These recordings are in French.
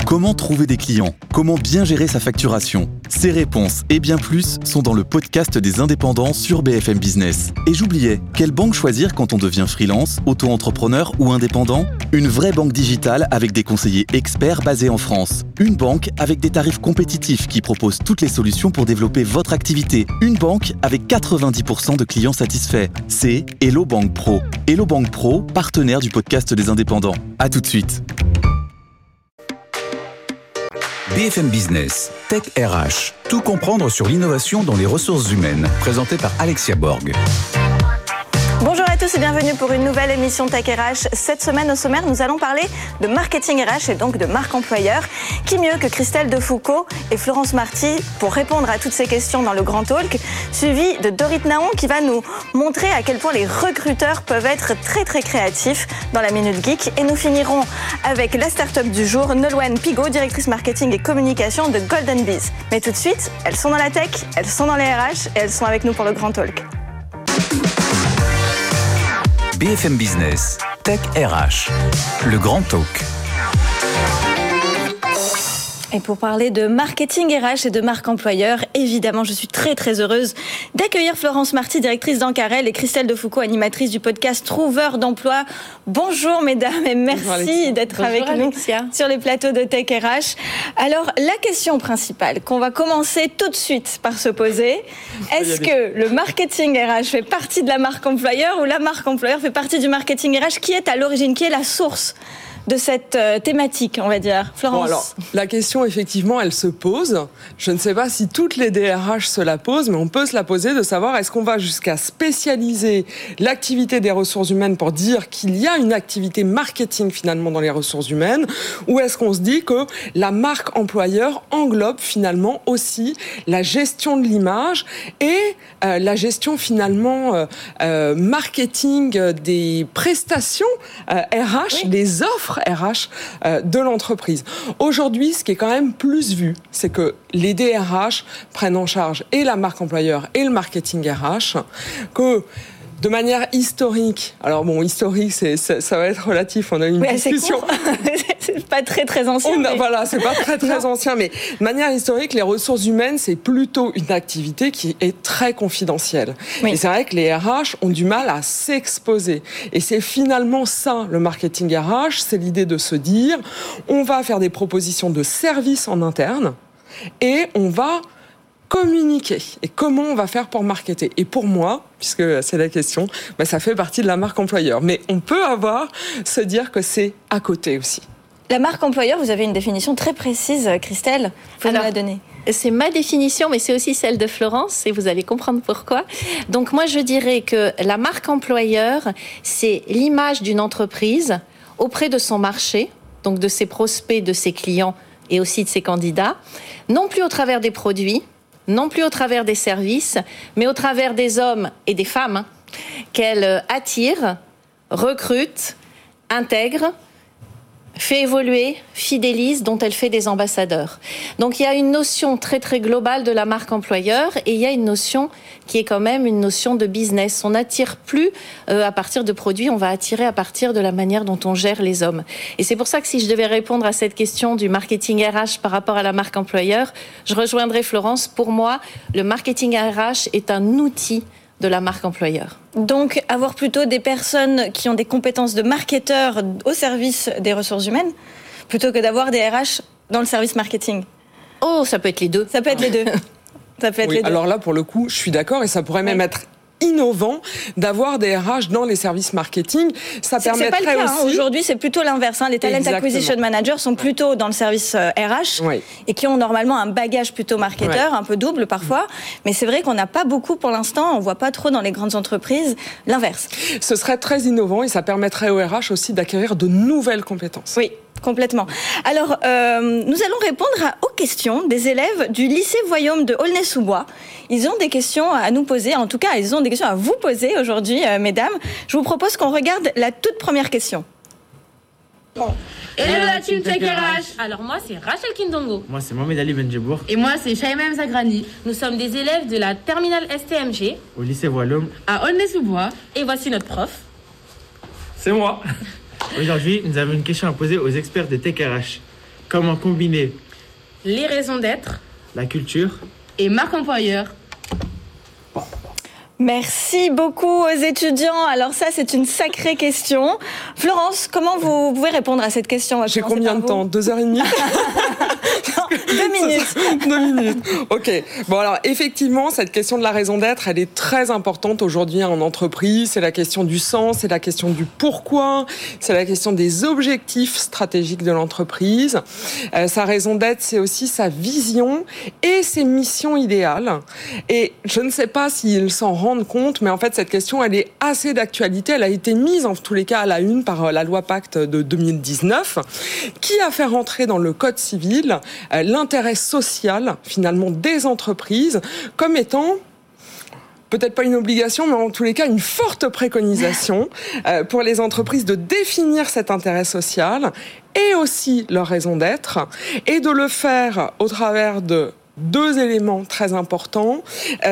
Comment trouver des clients? Comment bien gérer sa facturation? Ces réponses et bien plus sont dans le podcast des indépendants sur BFM Business. Et j'oubliais, quelle banque choisir quand on devient freelance, auto-entrepreneur ou indépendant? Une vraie banque digitale avec des conseillers experts basés en France. Une banque avec des tarifs compétitifs qui propose toutes les solutions pour développer votre activité. Une banque avec 90% de clients satisfaits. C'est Hello Bank Pro. Hello Bank Pro, partenaire du podcast des indépendants. À tout de suite. BFM Business, Tech RH, tout comprendre sur l'innovation dans les ressources humaines, présenté par Alexia Borg. Bonjour à tous et bienvenue pour une nouvelle émission Tech RH. Cette semaine au sommaire, nous allons parler de marketing RH et donc de marque employeur. Qui mieux que Christelle Defoucault et Florence Marty pour répondre à toutes ces questions dans le Grand Talk, suivi de Dorit Naon qui va nous montrer à quel point les recruteurs peuvent être très créatifs dans la Minute Geek. Et nous finirons avec la start-up du jour, Nolwenn Pigot, directrice marketing et communication de Golden Bees. Mais tout de suite, elles sont dans la tech, elles sont dans les RH et elles sont avec nous pour le Grand Talk. BFM Business, Tech RH, le Grand Talk. Et pour parler de marketing RH et de marque employeur, évidemment, je suis très heureuse d'accueillir Florence Marty, directrice d'Ancarel, et Christelle Defoucault, animatrice du podcast Trouveur d'emploi. Bonjour mesdames et merci d'être avec nous sur les plateaux de Tech RH. Alors, la question principale qu'on va commencer tout de suite par se poser, est-ce que le marketing RH fait partie de la marque employeur ou la marque employeur fait partie du marketing RH? Qui est à l'origine, qui est la source de cette thématique, on va dire? Florence. Bon, alors, la question, effectivement, elle se pose. Je ne sais pas si toutes les DRH se la posent, mais on peut se la poser de savoir est-ce qu'on va jusqu'à spécialiser l'activité des ressources humaines pour dire qu'il y a une activité marketing, finalement, dans les ressources humaines, ou est-ce qu'on se dit que la marque employeur englobe, finalement, aussi la gestion de l'image et la gestion, finalement, marketing des prestations RH, des offres RH de l'entreprise. Aujourd'hui, ce qui est quand même plus vu, c'est que les DRH prennent en charge et la marque employeur et le marketing RH, que de manière historique, alors bon, historique, ça va être relatif, on a eu une discussion. C'est pas très ancien. Voilà, c'est pas très ancien, mais de manière historique, les ressources humaines, c'est plutôt une activité qui est très confidentielle. Oui. Et c'est vrai que les RH ont du mal à s'exposer. Et c'est finalement ça, le marketing RH, c'est l'idée de se dire, on va faire des propositions de services en interne et on va communiquer. Et comment on va faire pour marketer? Et pour moi, puisque c'est la question, ça fait partie de la marque employeur. Mais on peut se dire que c'est à côté aussi. La marque employeur, vous avez une définition très précise, Christelle. Vous pouvez nous la donner? C'est ma définition, mais c'est aussi celle de Florence, et vous allez comprendre pourquoi. Donc moi, je dirais que la marque employeur, c'est l'image d'une entreprise auprès de son marché, donc de ses prospects, de ses clients et aussi de ses candidats, non plus au travers des produits, non plus au travers des services, mais au travers des hommes et des femmes qu'elle attire, recrute, intègre, fait évoluer, fidélise, dont elle fait des ambassadeurs. Donc il y a une notion très globale de la marque employeur et il y a une notion qui est quand même une notion de business. On n'attire plus à partir de produits, on va attirer à partir de la manière dont on gère les hommes. Et c'est pour ça que si je devais répondre à cette question du marketing RH par rapport à la marque employeur, je rejoindrais Florence. Pour moi, le marketing RH est un outil de la marque employeur. Donc, avoir plutôt des personnes qui ont des compétences de marketeurs au service des ressources humaines, plutôt que d'avoir des RH dans le service marketing. Oh, ça peut être les deux. Ça peut être les deux. Ça peut être les deux. Alors là, pour le coup, je suis d'accord, et ça pourrait même être innovant d'avoir des RH dans les services marketing. Ça permettrait c'est pas le cas, aussi... Aujourd'hui, c'est plutôt l'inverse. Les talent acquisition managers sont plutôt dans le service RH et qui ont normalement un bagage plutôt marketeur, un peu double parfois. Mais c'est vrai qu'on n'a pas beaucoup pour l'instant. On voit pas trop dans les grandes entreprises l'inverse. Ce serait très innovant et ça permettrait aux RH aussi d'acquérir de nouvelles compétences. Oui. Complètement. Alors, nous allons répondre aux questions des élèves du lycée Voyaume de Aulnay-sous-Bois. Ils ont des questions à nous poser, en tout cas, ils ont des questions à vous poser aujourd'hui, mesdames. Je vous propose qu'on regarde la toute première question. Hello la team Tech RH. Alors moi c'est Rachel Kindongo. Moi c'est Mohamed Ali Benjebour. Et moi c'est Shaima Zagrani. Nous sommes des élèves de la terminale STMG au lycée Voyaume à Aulnay-sous-Bois. Et voici notre prof. C'est moi. Aujourd'hui, nous avons une question à poser aux experts de Tech RH. Comment combiner Les raisons d'être la culture Et marque employeur. Merci beaucoup aux étudiants. Alors ça, c'est une sacrée question. Florence, comment vous pouvez répondre à cette question? J'ai combien de temps? 2h30? Non, 2 minutes. 2 minutes. Ok. Bon, alors, effectivement, cette question de la raison d'être, elle est très importante aujourd'hui en entreprise. C'est la question du sens, c'est la question du pourquoi, c'est la question des objectifs stratégiques de l'entreprise. Sa raison d'être, c'est aussi sa vision et ses missions idéales. Et je ne sais pas s'ils s'en rendent compte, mais en fait, cette question, elle est assez d'actualité. Elle a été mise, en tous les cas, à la une par la loi Pacte de 2019, qui a fait rentrer dans le Code civil l'intérêt social, finalement, des entreprises, comme étant peut-être pas une obligation, mais en tous les cas une forte préconisation pour les entreprises de définir cet intérêt social et aussi leur raison d'être, et de le faire au travers de 2 éléments très importants,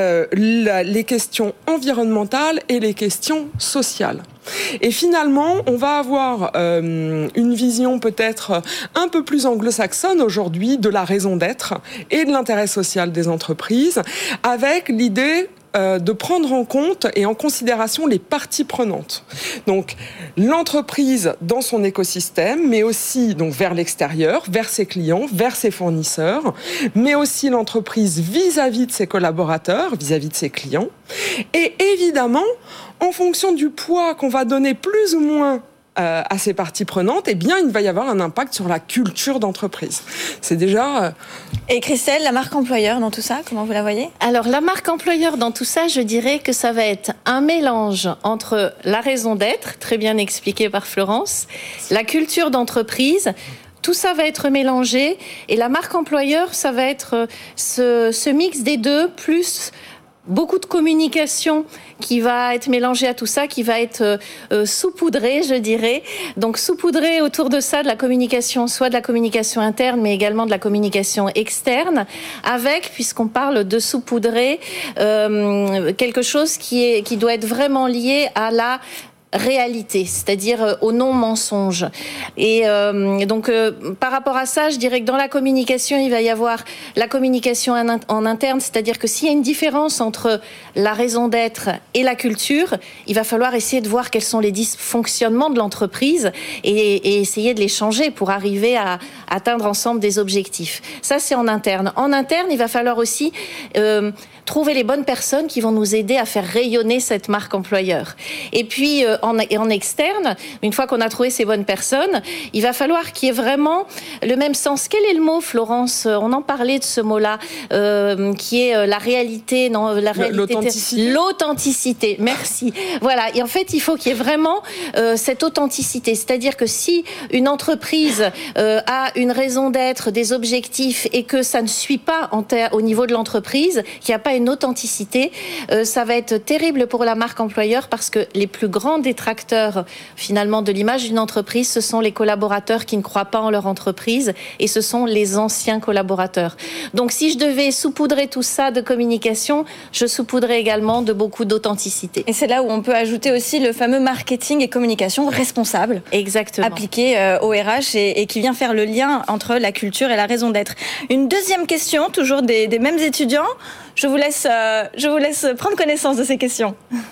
les questions environnementales et les questions sociales. Et finalement, on va avoir une vision peut-être un peu plus anglo-saxonne aujourd'hui de la raison d'être et de l'intérêt social des entreprises, avec l'idée de prendre en compte et en considération les parties prenantes. Donc, l'entreprise dans son écosystème, mais aussi donc vers l'extérieur, vers ses clients, vers ses fournisseurs, mais aussi l'entreprise vis-à-vis de ses collaborateurs, vis-à-vis de ses clients. Et évidemment, en fonction du poids qu'on va donner plus ou moins à ces parties prenantes, eh bien, il va y avoir un impact sur la culture d'entreprise. C'est déjà... Et Christelle, la marque employeur dans tout ça, comment vous la voyez? Alors, la marque employeur dans tout ça, je dirais que ça va être un mélange entre la raison d'être, très bien expliqué par Florence, la culture d'entreprise. Tout ça va être mélangé, et la marque employeur, ça va être ce mix des deux, plus beaucoup de communication qui va être mélangée à tout ça, qui va être saupoudrée, je dirais. Donc saupoudrée autour de ça, de la communication, soit de la communication interne, mais également de la communication externe, avec, puisqu'on parle de saupoudrer, quelque chose qui doit être vraiment lié à la réalité, c'est-à-dire au non-mensonge. Et donc, par rapport à ça, je dirais que dans la communication, il va y avoir la communication en interne, c'est-à-dire que s'il y a une différence entre la raison d'être et la culture, il va falloir essayer de voir quels sont les dysfonctionnements de l'entreprise et essayer de les changer pour arriver à atteindre ensemble des objectifs. Ça, c'est en interne. En interne, il va falloir aussi trouver les bonnes personnes qui vont nous aider à faire rayonner cette marque employeur. Et puis, en externe, une fois qu'on a trouvé ces bonnes personnes, il va falloir qu'il y ait vraiment le même sens. Quel est le mot, Florence? On en parlait de ce mot-là, qui est la réalité, non, la réalité, l'authenticité. L'authenticité, merci. Voilà, et en fait, il faut qu'il y ait vraiment cette authenticité. C'est-à-dire que si une entreprise a une raison d'être, des objectifs, et que ça ne suit pas au niveau de l'entreprise, qu'il n'y a pas une authenticité, ça va être terrible pour la marque employeur, parce que les plus grands détracteurs finalement de l'image d'une entreprise, ce sont les collaborateurs qui ne croient pas en leur entreprise, et ce sont les anciens collaborateurs. Donc si je devais saupoudrer tout ça de communication, je saupoudrais également de beaucoup d'authenticité. Et c'est là où on peut ajouter aussi le fameux marketing et communication responsable. Exactement. Appliqué au RH et qui vient faire le lien entre la culture et la raison d'être. Une deuxième question, toujours des mêmes étudiants. Je vous laisse prendre connaissance de ces questions.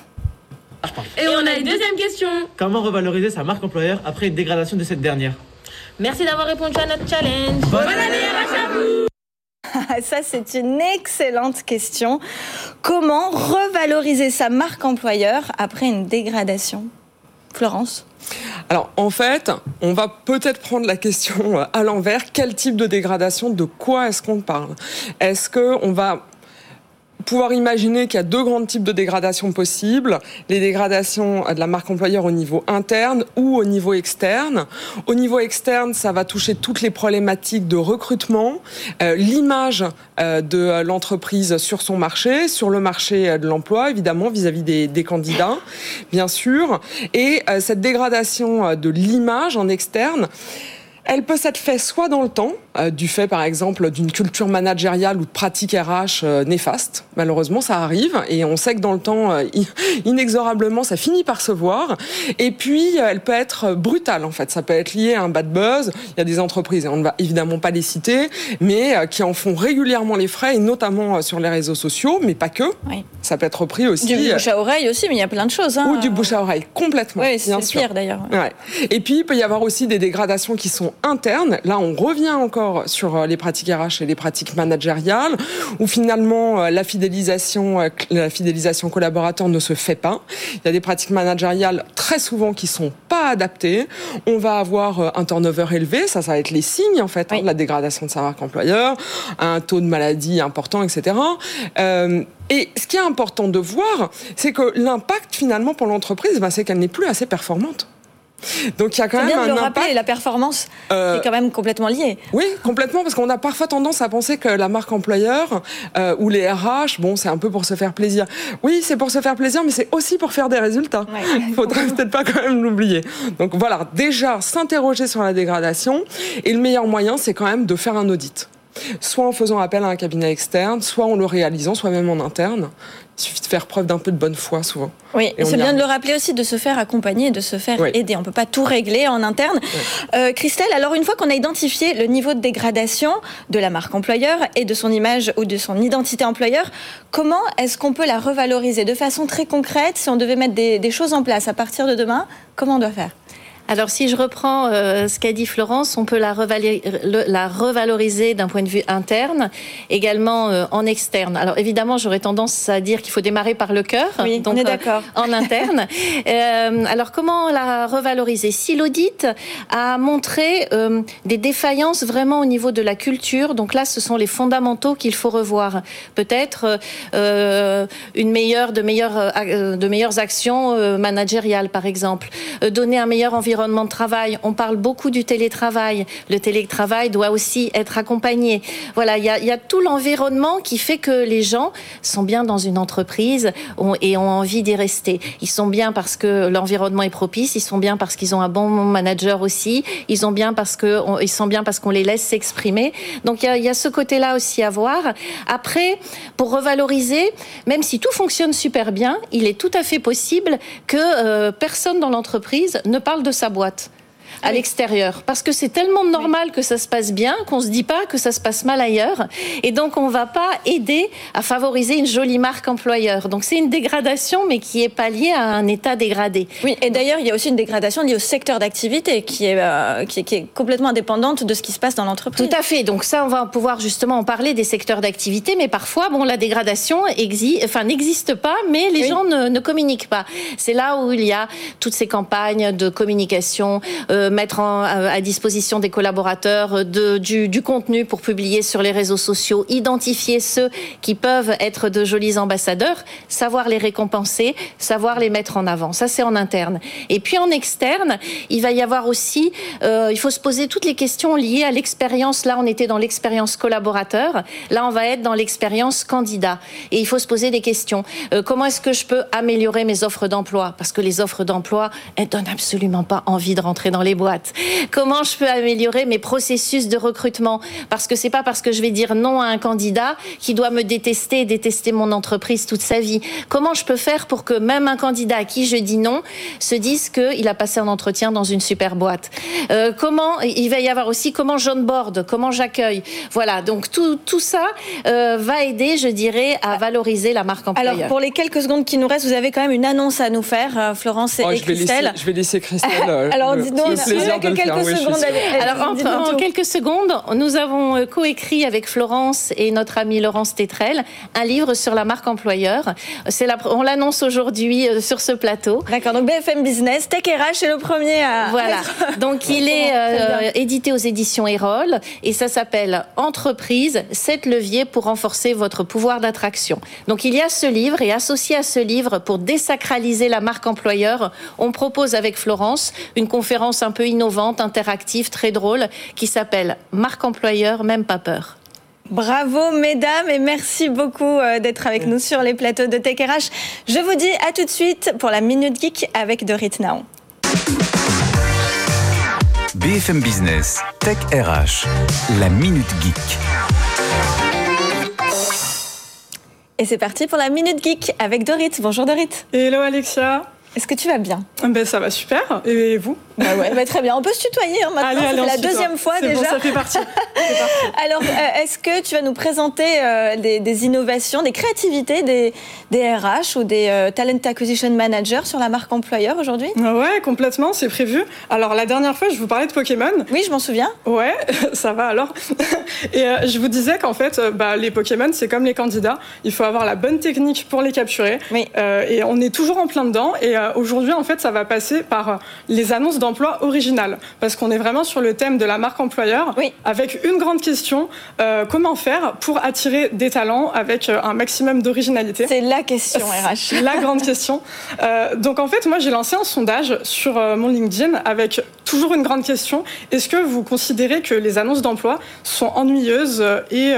Et on a une deuxième question. Comment revaloriser sa marque employeur après une dégradation de cette dernière? Merci d'avoir répondu à notre challenge. Bonne année à vous. Ça, c'est une excellente question. Comment revaloriser sa marque employeur après une dégradation? Florence? Alors, en fait, on va peut-être prendre la question à l'envers. Quel type de dégradation? De quoi est-ce qu'on parle? Est-ce qu'on va pouvoir imaginer qu'il y a 2 grands types de dégradations possibles, les dégradations de la marque employeur au niveau interne ou au niveau externe. Au niveau externe, ça va toucher toutes les problématiques de recrutement, l'image de l'entreprise sur son marché, sur le marché de l'emploi, évidemment, vis-à-vis des candidats, bien sûr. Et cette dégradation de l'image en externe, Elle peut s'être faite soit dans le temps, du fait par exemple d'une culture managériale ou de pratiques RH néfastes. Malheureusement, ça arrive et on sait que dans le temps, inexorablement, ça finit par se voir. Et puis, elle peut être brutale en fait. Ça peut être lié à un bad buzz. Il y a des entreprises, et on ne va évidemment pas les citer, mais qui en font régulièrement les frais, et notamment sur les réseaux sociaux, mais pas que. Oui. Ça peut être repris aussi. Du bouche à oreille aussi, mais il y a plein de choses. Ou du bouche à oreille, complètement. Oui, c'est pire d'ailleurs. Ouais. Et puis, il peut y avoir aussi des dégradations qui sont internes. Là, on revient encore sur les pratiques RH et les pratiques managériales, où finalement, la fidélisation collaborateur ne se fait pas. Il y a des pratiques managériales très souvent qui sont pas adaptées. On va avoir un turnover élevé. Ça va être les signes, en fait, de la dégradation de sa marque employeur, un taux de maladie important, etc. Et ce qui est important de voir, c'est que l'impact, finalement, pour l'entreprise, c'est qu'elle n'est plus assez performante. Donc il y a quand même un impact. C'est bien de le rappeler, la performance est quand même complètement liée. Oui, complètement, parce qu'on a parfois tendance à penser que la marque employeur ou les RH, c'est un peu pour se faire plaisir. Oui, c'est pour se faire plaisir, mais c'est aussi pour faire des résultats. Il faudrait peut-être pas quand même l'oublier. Donc voilà, déjà s'interroger sur la dégradation, et le meilleur moyen, c'est quand même de faire un audit. Soit en faisant appel à un cabinet externe, soit en le réalisant, soit même en interne. Il suffit de faire preuve d'un peu de bonne foi, souvent. Oui, et c'est bien de le rappeler aussi, de se faire accompagner, de se faire aider. On ne peut pas tout régler en interne. Christelle, alors une fois qu'on a identifié le niveau de dégradation de la marque employeur et de son image ou de son identité employeur, comment est-ce qu'on peut la revaloriser de façon très concrète? Si on devait mettre des choses en place à partir de demain, comment on doit faire? Alors, si je reprends ce qu'a dit Florence, on peut la revaloriser d'un point de vue interne, également en externe. Alors, évidemment, j'aurais tendance à dire qu'il faut démarrer par le cœur, oui, donc on est d'accord. En interne. Alors, comment la revaloriser? Si l'audit a montré des défaillances vraiment au niveau de la culture, donc là, ce sont les fondamentaux qu'il faut revoir. Peut-être de meilleures actions managériales, par exemple. Donner un meilleur environnement de travail. On parle beaucoup du télétravail. Le télétravail doit aussi être accompagné. Voilà, il y a tout l'environnement qui fait que les gens sont bien dans une entreprise et ont envie d'y rester. Ils sont bien parce que l'environnement est propice, ils sont bien parce qu'ils ont un bon manager aussi, ils sont bien parce qu'on les laisse s'exprimer. Donc il y a ce côté-là aussi à voir. Après, pour revaloriser, même si tout fonctionne super bien, il est tout à fait possible que personne dans l'entreprise ne parle de sa boîte à l'extérieur, parce que c'est tellement normal que ça se passe bien qu'on se dit pas que ça se passe mal ailleurs, et donc on va pas aider à favoriser une jolie marque employeur. Donc c'est une dégradation, mais qui est pas liée à un état dégradé. Oui, et d'ailleurs il y a aussi une dégradation liée au secteur d'activité qui est complètement indépendante de ce qui se passe dans l'entreprise. Tout à fait. Donc ça, on va pouvoir justement en parler des secteurs d'activité, mais parfois, la dégradation n'existe pas, mais les gens ne communiquent pas. C'est là où il y a toutes ces campagnes de communication. Mettre à disposition des collaborateurs du contenu pour publier sur les réseaux sociaux, identifier ceux qui peuvent être de jolis ambassadeurs, savoir les récompenser, savoir les mettre en avant. Ça, c'est en interne. Et puis en externe, il va y avoir aussi, il faut se poser toutes les questions liées à l'expérience. Là, on était dans l'expérience collaborateur. Là, on va être dans l'expérience candidat. Et il faut se poser des questions. Comment est-ce que je peux améliorer mes offres d'emploi? Parce que les offres d'emploi, elles donnent absolument pas envie de rentrer dans les boîtes. Comment je peux améliorer mes processus de recrutement? Parce que c'est pas parce que je vais dire non à un candidat qui doit me détester et détester mon entreprise toute sa vie. Comment je peux faire pour que même un candidat à qui je dis non se dise qu'il a passé un entretien dans une super boîte? Comment il va y avoir aussi comment j'onboard, comment j'accueille. Voilà, donc tout ça va aider, je dirais, à valoriser la marque employeur. Alors pour les quelques secondes qui nous restent, vous avez quand même une annonce à nous faire, Florence et Christelle. Je vais laisser Christelle. Alors dites-nous. En quelques secondes, nous avons coécrit avec Florence et notre amie Laurence Tétrel un livre sur la marque employeur. On l'annonce aujourd'hui sur ce plateau. D'accord, donc BFM Business, Tech RH est le premier à... Voilà, donc il est édité aux éditions Erol et ça s'appelle Entreprise, 7 leviers pour renforcer votre pouvoir d'attraction. Donc il y a ce livre et associé à ce livre, pour désacraliser la marque employeur, on propose avec Florence une conférence un peu innovante, interactive, très drôle, qui s'appelle Marque employeur, même pas peur. Bravo mesdames et merci beaucoup d'être avec nous sur les plateaux de Tech RH. Je vous dis à tout de suite pour la Minute Geek avec Dorit Naon. BFM Business, Tech RH, la Minute Geek. Et c'est parti pour la Minute Geek avec Dorit. Bonjour Dorit. Hello Alexia. Est-ce que tu vas bien ? Ça va super. Et vous ? Très bien. On peut se tutoyer maintenant. Allez, c'est la deuxième fois c'est déjà. Bon, ça fait partie. Alors, est-ce que tu vas nous présenter des innovations, des créativités des RH ou des Talent Acquisition Managers sur la marque employeur aujourd'hui ? Ouais, complètement, c'est prévu. Alors, la dernière fois, je vous parlais de Pokémon. Oui, je m'en souviens. Ouais, ça va alors. Et je vous disais qu'en fait, les Pokémon, c'est comme les candidats. Il faut avoir la bonne technique pour les capturer. Oui. Et on est toujours en plein dedans. Et aujourd'hui, en fait, ça va passer par les annonces d'emploi originales. Parce qu'on est vraiment sur le thème de la marque employeur. Oui. Avec une grande question, comment faire pour attirer des talents avec un maximum d'originalité ? C'est la question RH. La grande question. Donc en fait, moi j'ai lancé un sondage sur mon LinkedIn avec toujours une grande question. Est-ce que vous considérez que les annonces d'emploi sont ennuyeuses et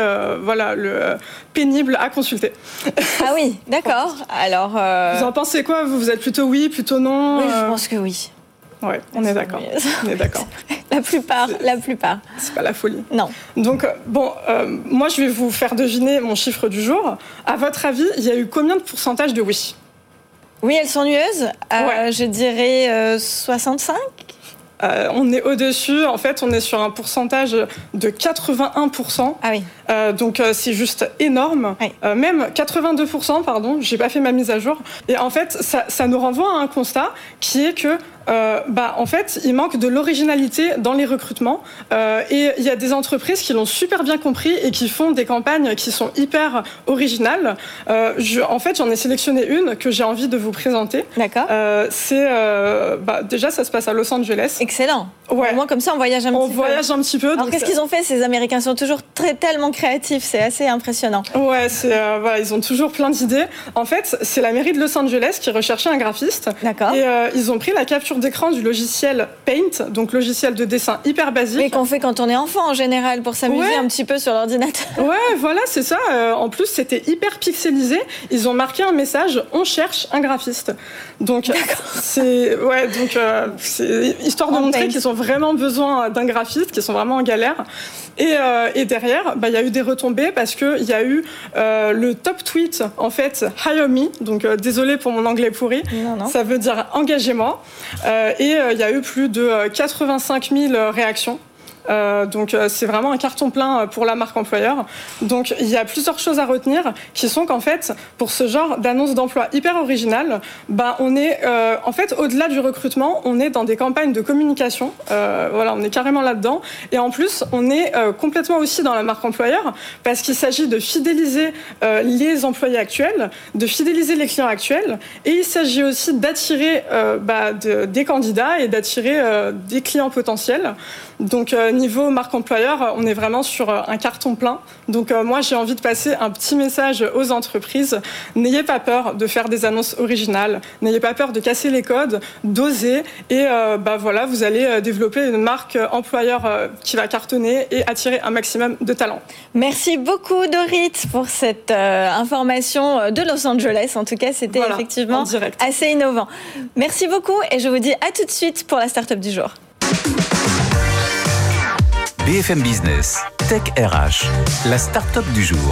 pénibles à consulter ? Ah oui, d'accord. Alors, vous en pensez quoi ? Vous êtes plutôt oui, plutôt non ? Oui, je pense que oui. Ouais, on est d'accord. On est d'accord. La plupart. C'est pas la folie. Non. Donc, moi, je vais vous faire deviner mon chiffre du jour. À votre avis, il y a eu combien de pourcentage de oui ? Oui, elles sont ennuyeuses. Ouais. Je dirais 65. On est au-dessus. En fait, on est sur un pourcentage de 81%. Ah oui. Donc, c'est juste énorme. Oui. Même 82%, pardon. J'ai pas fait ma mise à jour. Et en fait, ça nous renvoie à un constat qui est que en fait, il manque de l'originalité dans les recrutements. Et il y a des entreprises qui l'ont super bien compris et qui font des campagnes qui sont hyper originales. En fait, j'en ai sélectionné une que j'ai envie de vous présenter. D'accord. Déjà, ça se passe à Los Angeles. Excellent. Ouais. Au moins, comme ça, on voyage un petit peu. On voyage un petit peu. Alors, qu'est-ce qu'ils ont fait, ces Américains ? Ils sont toujours tellement créatifs. C'est assez impressionnant. Ouais, ils ont toujours plein d'idées. En fait, c'est la mairie de Los Angeles qui recherchait un graphiste. D'accord. Et ils ont pris la capture d'écran du logiciel Paint, donc logiciel de dessin hyper basique. Mais qu'on fait quand on est enfant en général pour s'amuser un petit peu sur l'ordinateur. Ouais, voilà, c'est ça. En plus, c'était hyper pixelisé. Ils ont marqué un message: on cherche un graphiste. Donc c'est histoire de montrer qu'ils ont vraiment besoin d'un graphiste, qu'ils sont vraiment en galère. Et derrière, il y a eu des retombées parce que il y a eu le top tweet en fait Hire Me. Donc désolé pour mon anglais pourri. Non. Ça veut dire engagez-moi. Et il y a eu plus de 85 000 réactions. Donc c'est vraiment un carton plein pour la marque employeur. Donc il y a plusieurs choses à retenir qui sont qu'en fait pour ce genre d'annonce d'emploi hyper originale, on est en fait au-delà du recrutement, on est dans des campagnes de communication. On est carrément là-dedans. Et en plus on est complètement aussi dans la marque employeur parce qu'il s'agit de fidéliser les employés actuels, de fidéliser les clients actuels, et il s'agit aussi d'attirer des candidats et d'attirer des clients potentiels. Donc niveau marque employeur, on est vraiment sur un carton plein. Donc moi, j'ai envie de passer un petit message aux entreprises. N'ayez pas peur de faire des annonces originales. N'ayez pas peur de casser les codes, d'oser. Et vous allez développer une marque employeur qui va cartonner et attirer un maximum de talents. Merci beaucoup, Dorit, pour cette information de Los Angeles. En tout cas, c'était effectivement assez innovant. Merci beaucoup et je vous dis à tout de suite pour la start-up du jour. BFM Business, Tech RH, la start-up du jour.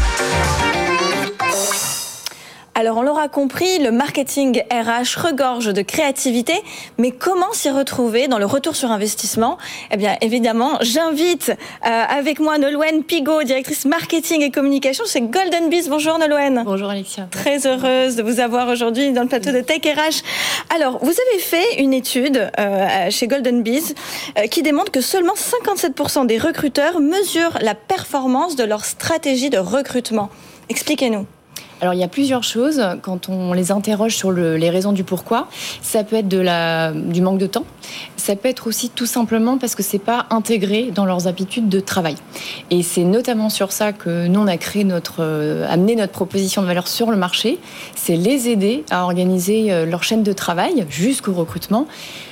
Alors, on l'aura compris, le marketing RH regorge de créativité, mais comment s'y retrouver dans le retour sur investissement ? Eh bien, évidemment, j'invite avec moi Nolwenn Pigot, directrice marketing et communication chez Golden Bees. Bonjour Nolwenn. Bonjour Alexia. Très heureuse de vous avoir aujourd'hui dans le plateau de Tech RH. Alors, vous avez fait une étude chez Golden Bees qui démontre que seulement 57% des recruteurs mesurent la performance de leur stratégie de recrutement. Expliquez-nous. Alors, il y a plusieurs choses quand on les interroge sur les raisons du pourquoi. Ça peut être du manque de temps. Ça peut être aussi tout simplement parce que c'est pas intégré dans leurs habitudes de travail. Et c'est notamment sur ça que nous, on a créé amené notre proposition de valeur sur le marché. C'est les aider à organiser leur chaîne de travail jusqu'au recrutement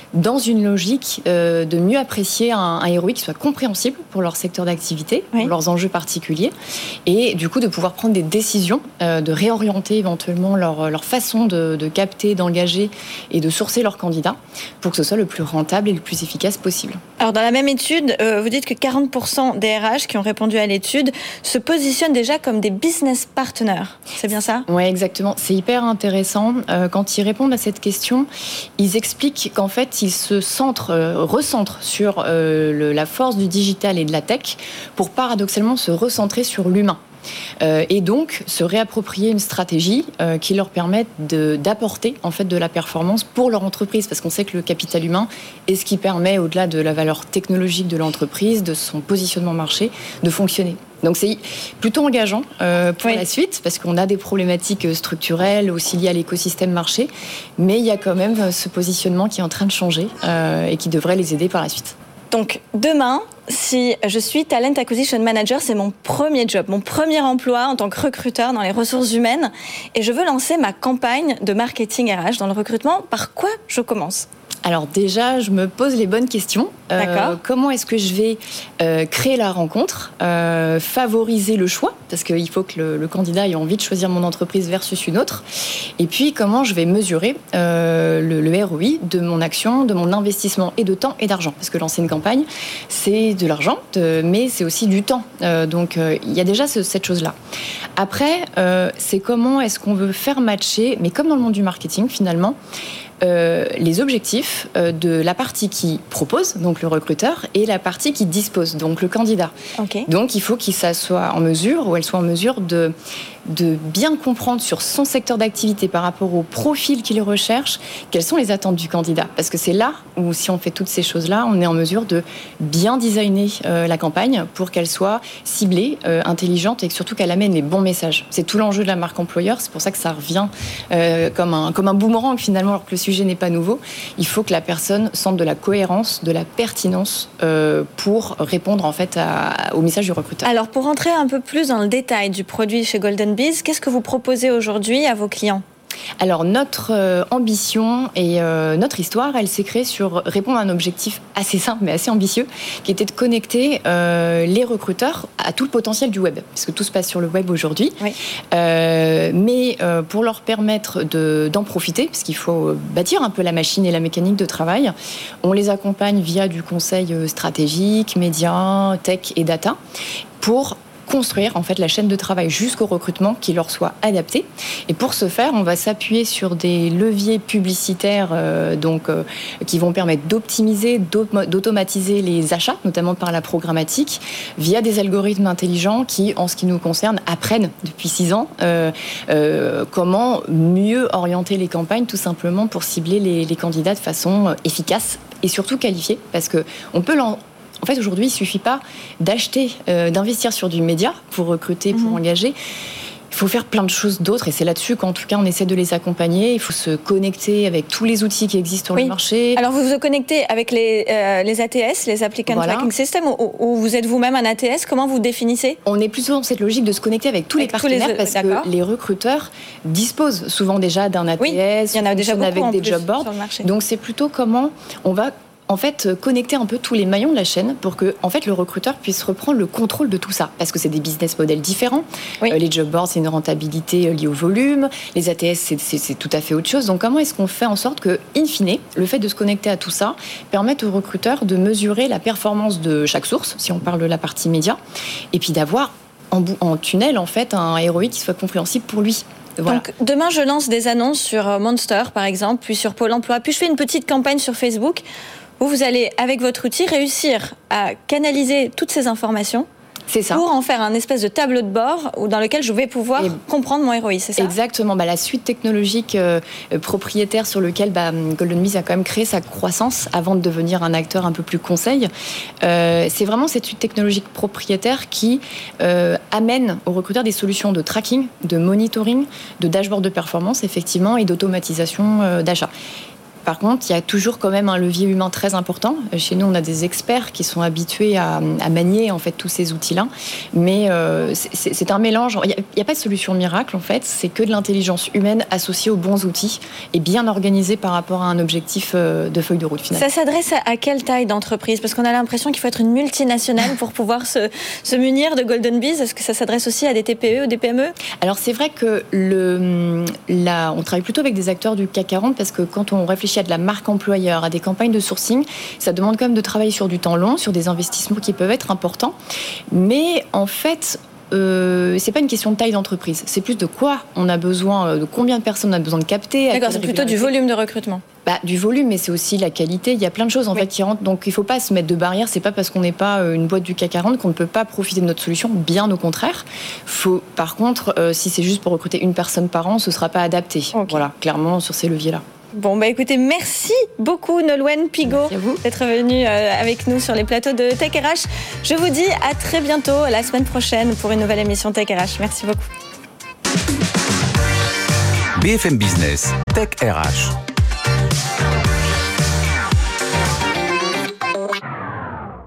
dans une logique de mieux apprécier un ROI qui soit compréhensible pour leur secteur d'activité, pour leurs enjeux particuliers, et du coup de pouvoir prendre des décisions, de réorienter éventuellement leur façon de capter, d'engager et de sourcer leurs candidats pour que ce soit le plus rentable et le plus efficace possible. Alors dans la même étude, vous dites que 40% des RH qui ont répondu à l'étude se positionnent déjà comme des business partners. C'est bien ça ? Oui, exactement. C'est hyper intéressant. Quand ils répondent à cette question, ils expliquent qu'en fait, ils se recentrent sur la force du digital et de la tech pour paradoxalement se recentrer sur l'humain. Et donc se réapproprier une stratégie qui leur permette d'apporter en fait de la performance pour leur entreprise, parce qu'on sait que le capital humain est ce qui permet, au-delà de la valeur technologique de l'entreprise, de son positionnement marché, de fonctionner. Donc c'est plutôt engageant pour la suite, parce qu'on a des problématiques structurelles aussi liées à l'écosystème marché, mais il y a quand même ce positionnement qui est en train de changer et qui devrait les aider par la suite. Donc demain, si je suis Talent Acquisition Manager, c'est mon premier job, mon premier emploi en tant que recruteur dans les ressources humaines, et je veux lancer ma campagne de marketing RH dans le recrutement, par quoi je commence ? Alors déjà, je me pose les bonnes questions. Comment est-ce que je vais créer la rencontre, favoriser le choix, parce qu'il faut que le candidat ait envie de choisir mon entreprise versus une autre. Et puis, comment je vais mesurer le ROI de mon action, de mon investissement et de temps et d'argent. Parce que lancer une campagne, c'est de l'argent, mais c'est aussi du temps. Donc, il y a déjà cette chose-là. Après, c'est comment est-ce qu'on veut faire matcher, mais comme dans le monde du marketing, finalement, les objectifs de la partie qui propose, donc le recruteur, et la partie qui dispose, donc le candidat. Donc il faut qu'il soit en mesure, ou elle soit en mesure de bien comprendre sur son secteur d'activité par rapport au profil qu'il recherche, quelles sont les attentes du candidat. Parce que c'est là où, si on fait toutes ces choses-là, on est en mesure de bien designer la campagne pour qu'elle soit ciblée, intelligente, et surtout qu'elle amène les bons messages. C'est tout l'enjeu de la marque employeur, c'est pour ça que ça revient comme un boomerang finalement, alors que le sujet n'est pas nouveau. Il faut que la personne sente de la cohérence, de la pertinence pour répondre en fait au message du recruteur. Alors pour rentrer un peu plus dans le détail du produit chez Golden Bees, qu'est-ce que vous proposez aujourd'hui à vos clients ? Alors notre ambition et notre histoire, elle s'est créée sur répondre à un objectif assez simple mais assez ambitieux, qui était de connecter les recruteurs à tout le potentiel du web, parce que tout se passe sur le web aujourd'hui. Mais pour leur permettre d'en profiter, parce qu'il faut bâtir un peu la machine et la mécanique de travail, on les accompagne via du conseil stratégique, médias, tech et data, pour construire en fait la chaîne de travail jusqu'au recrutement qui leur soit adapté. Et pour ce faire, on va s'appuyer sur des leviers publicitaires qui vont permettre d'optimiser, d'automatiser les achats, notamment par la programmatique, via des algorithmes intelligents qui, en ce qui nous concerne, apprennent depuis 6 ans comment mieux orienter les campagnes, tout simplement pour cibler les candidats de façon efficace et surtout qualifiée, parce que on peut en fait, aujourd'hui, il ne suffit pas d'acheter, d'investir sur du média pour recruter, pour engager. Il faut faire plein de choses d'autres, et c'est là-dessus qu'en tout cas, on essaie de les accompagner. Il faut se connecter avec tous les outils qui existent sur le marché. Alors, vous vous connectez avec les ATS, les Applicant Tracking System, ou vous êtes vous-même un ATS ? Comment vous définissez ? On est plutôt dans cette logique de se connecter avec tous les partenaires, parce que les recruteurs disposent souvent déjà d'un ATS, il y en a déjà beaucoup avec des job boards. Donc, c'est plutôt comment on va en fait, connecter un peu tous les maillons de la chaîne pour que, en fait, le recruteur puisse reprendre le contrôle de tout ça. Parce que c'est des business models différents. Les job boards, c'est une rentabilité liée au volume. Les ATS, c'est tout à fait autre chose. Donc, comment est-ce qu'on fait en sorte que, in fine, le fait de se connecter à tout ça permette au recruteur de mesurer la performance de chaque source, si on parle de la partie média, et puis d'avoir en tunnel, en fait, un ROI qui soit compréhensible pour lui. Voilà. Donc demain, je lance des annonces sur Monster, par exemple, puis sur Pôle emploi, puis je fais une petite campagne sur Facebook. Vous allez, avec votre outil, réussir à canaliser toutes ces informations. C'est ça. Pour en faire un espèce de tableau de bord dans lequel je vais pouvoir comprendre mon ROI, c'est ça ? Exactement. La suite technologique propriétaire sur lequel Golden Bees a quand même créé sa croissance avant de devenir un acteur un peu plus conseil. C'est vraiment cette suite technologique propriétaire qui amène aux recruteurs des solutions de tracking, de monitoring, de dashboard de performance, effectivement, et d'automatisation d'achat. Par contre, il y a toujours quand même un levier humain très important. Chez nous, on a des experts qui sont habitués à manier en fait tous ces outils-là. Mais c'est un mélange. Il n'y a pas de solution miracle en fait. C'est que de l'intelligence humaine associée aux bons outils et bien organisée par rapport à un objectif de feuille de route finale. Ça s'adresse à quelle taille d'entreprise? Parce qu'on a l'impression qu'il faut être une multinationale pour pouvoir se munir de Golden Bees. Est-ce que ça s'adresse aussi à des TPE ou des PME? Alors c'est vrai que on travaille plutôt avec des acteurs du CAC 40 parce que quand on réfléchit à de la marque employeur, à des campagnes de sourcing, ça demande quand même de travailler sur du temps long, sur des investissements qui peuvent être importants. Mais en fait, c'est pas une question de taille d'entreprise. C'est plus de quoi on a besoin, de combien de personnes on a besoin de capter. D'accord, c'est plutôt du volume de recrutement. Du volume, mais c'est aussi la qualité. Il y a plein de choses en fait qui rentrent. Donc il ne faut pas se mettre de barrières. C'est pas parce qu'on n'est pas une boîte du CAC 40 qu'on ne peut pas profiter de notre solution. Bien au contraire. Par contre, si c'est juste pour recruter une personne par an, ce ne sera pas adapté. Okay. Voilà, clairement sur ces leviers-là. Bon, écoutez, merci beaucoup Nolwenn Pigot d'être venue avec nous sur les plateaux de Tech RH. Je vous dis à très bientôt, la semaine prochaine, pour une nouvelle émission Tech RH. Merci beaucoup. BFM Business, Tech RH.